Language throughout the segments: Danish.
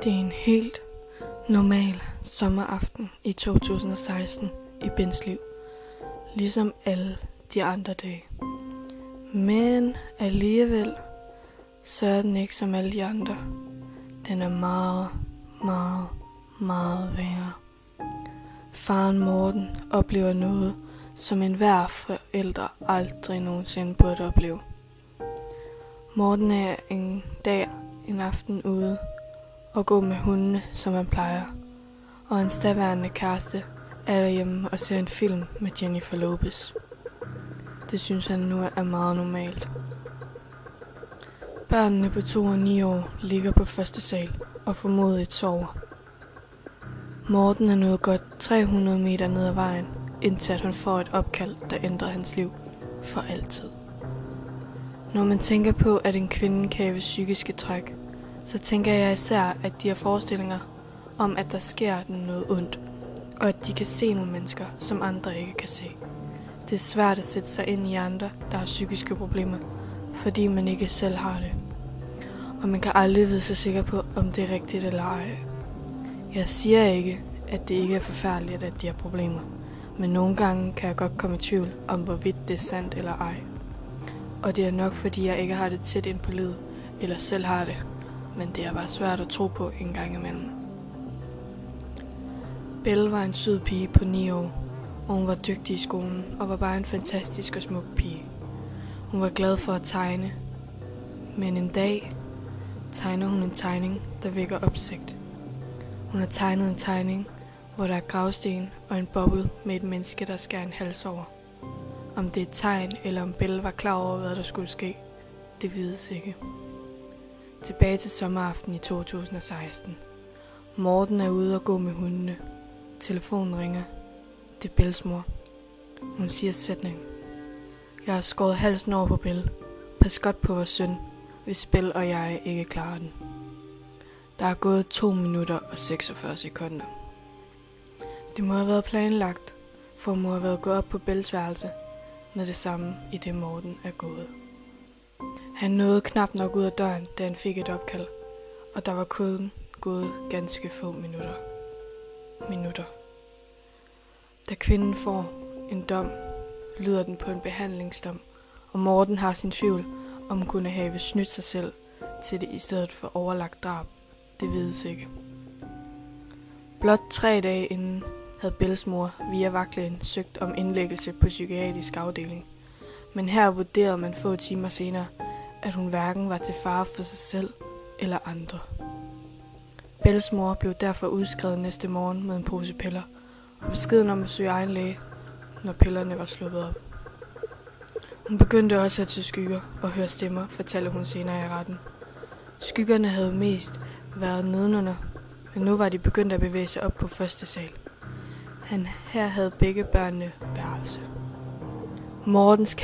Det er en helt normal sommeraften i 2016 i Bens liv, ligesom alle de andre dage. Men alligevel, så er den ikke som alle de andre. Den er meget, meget, meget værre. Faren Morten oplever noget, som enhver forældre aldrig nogensinde burde opleve. Morten er en aften ude og gå med hundene, som han plejer. Og hans daværende kæreste er derhjemme og ser en film med Jennifer Lopez. Det synes han nu er meget normalt. Børnene på 2 og 9 år ligger på første sal og formodet sover. Morten er nået godt 300 meter ned ad vejen, indtil at han får et opkald, der ændrer hans liv for altid. Når man tænker på, at en kvinde kan have psykiske træk, så tænker jeg især, at de har forestillinger om, at der sker noget ondt, og at de kan se nogle mennesker, som andre ikke kan se. Det er svært at sætte sig ind i andre, der har psykiske problemer, fordi man ikke selv har det. Og man kan aldrig vide sig sikker på, om det er rigtigt eller ej. Jeg siger ikke, at det ikke er forfærdeligt, at de har problemer, men nogle gange kan jeg godt komme i tvivl om, hvorvidt det er sandt eller ej. Og det er nok, fordi jeg ikke har det tæt ind på livet, eller selv har det, men det er bare svært at tro på en gang imellem. Belle var en sød pige på 9 år, og hun var dygtig i skolen og var bare en fantastisk og smuk pige. Hun var glad for at tegne, men en dag tegner hun en tegning, der vækker opsigt. Hun har tegnet en tegning, hvor der er gravsten og en boble med et menneske, der skærer en hals over. Om det er et tegn, eller om Belle var klar over, hvad der skulle ske, det vides ikke. Tilbage til sommeraften i 2016. Morten er ude og gå med hundene. Telefonen ringer. Det er Belles mor. Hun siger sætningen: "Jeg har skåret halsen over på Belle. Pas godt på vores søn, hvis Belle og jeg ikke klarer den." Der er gået 2 minutter og 46 sekunder. Det må have været planlagt, for hun må have været gået op på Belles værelse med det samme, i det Morten er gået. Han nåede knap nok ud af døren, da han fik et opkald, og der var kun gået ganske få minutter. Da kvinden får en dom, lyder den på en behandlingsdom, og Morten har sin tvivl, om hun kunne have snydt sig selv til det i stedet for overlagt drab. Det vides ikke. Blot 3 dage inden havde Belles mor via vagtlægen søgt om indlæggelse på psykiatrisk afdeling, men her vurderede man få timer senere, at hun hverken var til fare for sig selv eller andre. Belles mor blev derfor udskrevet næste morgen med en pose piller, og beskeden om at søge egen læge, når pillerne var sluppet op. Hun begyndte også at se skygger og høre stemmer, fortalte hun senere i retten. Skyggerne havde mest været nedenunder, men nu var de begyndt at bevæge sig op på første sal. Her havde begge børnene værelse. Mortens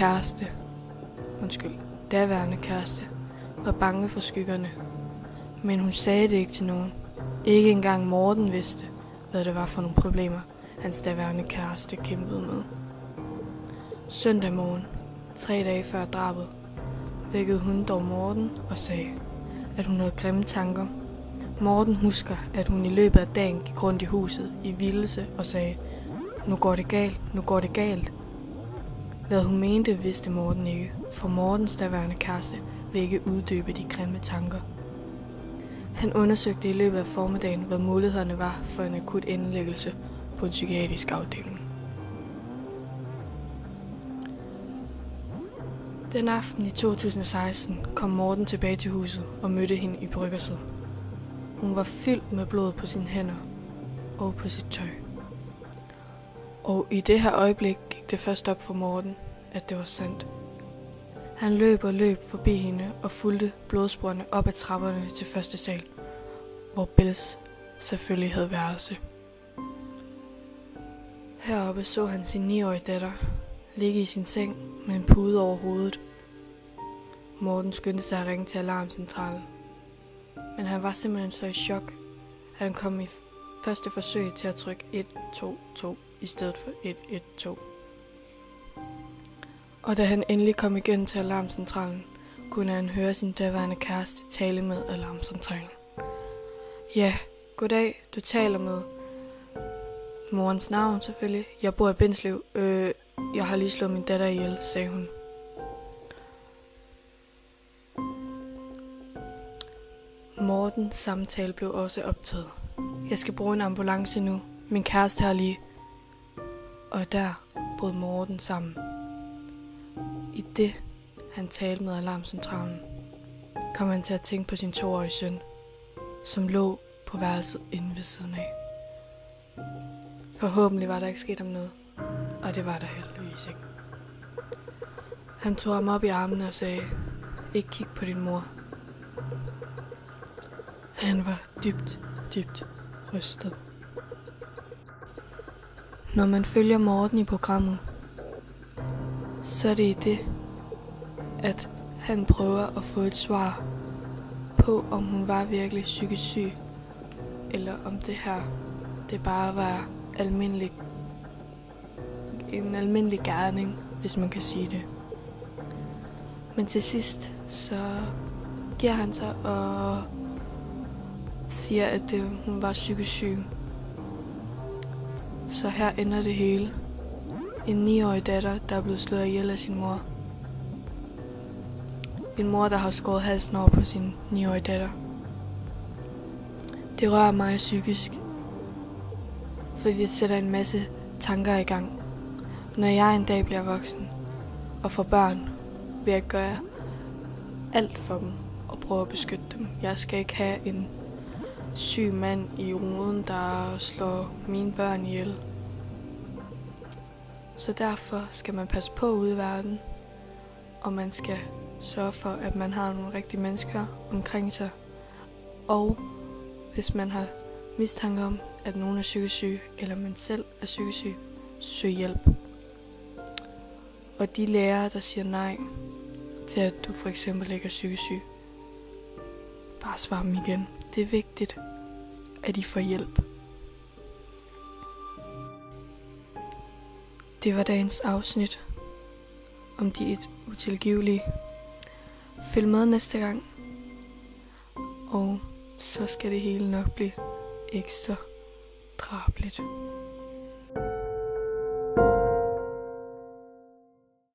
daværende kæreste, var bange for skyggerne, men hun sagde det ikke til nogen. Ikke engang Morten vidste, hvad det var for nogle problemer, hans daværende kæreste kæmpede med. Søndag morgen, 3 dage før drabet, vækkede hun dog Morten og sagde, at hun havde grimme tanker. Morten husker, at hun i løbet af dagen gik rundt i huset i vildelse og sagde: "Nu går det galt, nu går det galt." Hvad hun mente, vidste Morten ikke, for Mortens daværende kæreste ville ikke uddybe de grimme tanker. Han undersøgte i løbet af formiddagen, hvad mulighederne var for en akut indlæggelse på en psykiatrisk afdeling. Den aften i 2016 kom Morten tilbage til huset og mødte hende i bryggerset. Hun var fyldt med blod på sine hænder og på sit tøj. Og i det her øjeblik gik det først op for Morten, at det var sandt. Han løb forbi hende og fulgte blodsporene op ad trapperne til første sal, hvor Belles selvfølgelig havde værelse. Heroppe så han sin 9-årige datter ligge i sin seng med en pude over hovedet. Morten skyndte sig at ringe til alarmcentralen, men han var simpelthen så i chok, at han kom i første forsøg til at trykke 122 i stedet for 112. Og da han endelig kom igen til alarmcentralen, kunne han høre sin daværende kæreste tale med alarmcentralen. Ja, goddag. Du taler med morens navn selvfølgelig. Jeg bor i Bindslev. Jeg har lige slået min datter ihjel, sagde hun. Mortens samtale blev også optaget. Jeg skal bruge en ambulance nu. Min kæreste har lige... Og der brød Morten sammen. I det, han talte med alarmcentralen, kom han til at tænke på sin 2-årige søn, som lå på værelset inde ved siden af. Forhåbentlig var der ikke sket ham noget, og det var der heldigvis ikke. Han tog ham op i armene og sagde, ikke kig på din mor. Han var dybt, dybt rystet. Når man følger Morten i programmet, så er det i det, at han prøver at få et svar på, om hun var virkelig psykisk syg, eller om det her, det bare var en almindelig gerning, hvis man kan sige det. Men til sidst, så giver han sig og siger, at hun var psykisk syg. Så her ender det hele. En 9-årig datter, der er blevet slået ihjel af sin mor. En mor, der har skåret halsen over på sin 9-årige datter. Det rører mig psykisk, fordi det sætter en masse tanker i gang. Når jeg en dag bliver voksen og får børn, vil jeg gøre alt for dem og prøve at beskytte dem. Jeg skal ikke have en syg mand i ruden, der slår mine børn ihjel. Så derfor skal man passe på ude i verden, og man skal sørge for, at man har nogle rigtige mennesker omkring sig. Og hvis man har mistanke om, at nogen er psykisk syg, eller man selv er psykisk syg, søg hjælp. Og de lærere, der siger nej til, at du for eksempel ikke er psykisk syg, bare svar dem igen. Det er vigtigt, at I får hjælp. Det var dagens afsnit om de utilgivelige. Følg med næste gang, og så skal det hele nok blive ekstra drabeligt.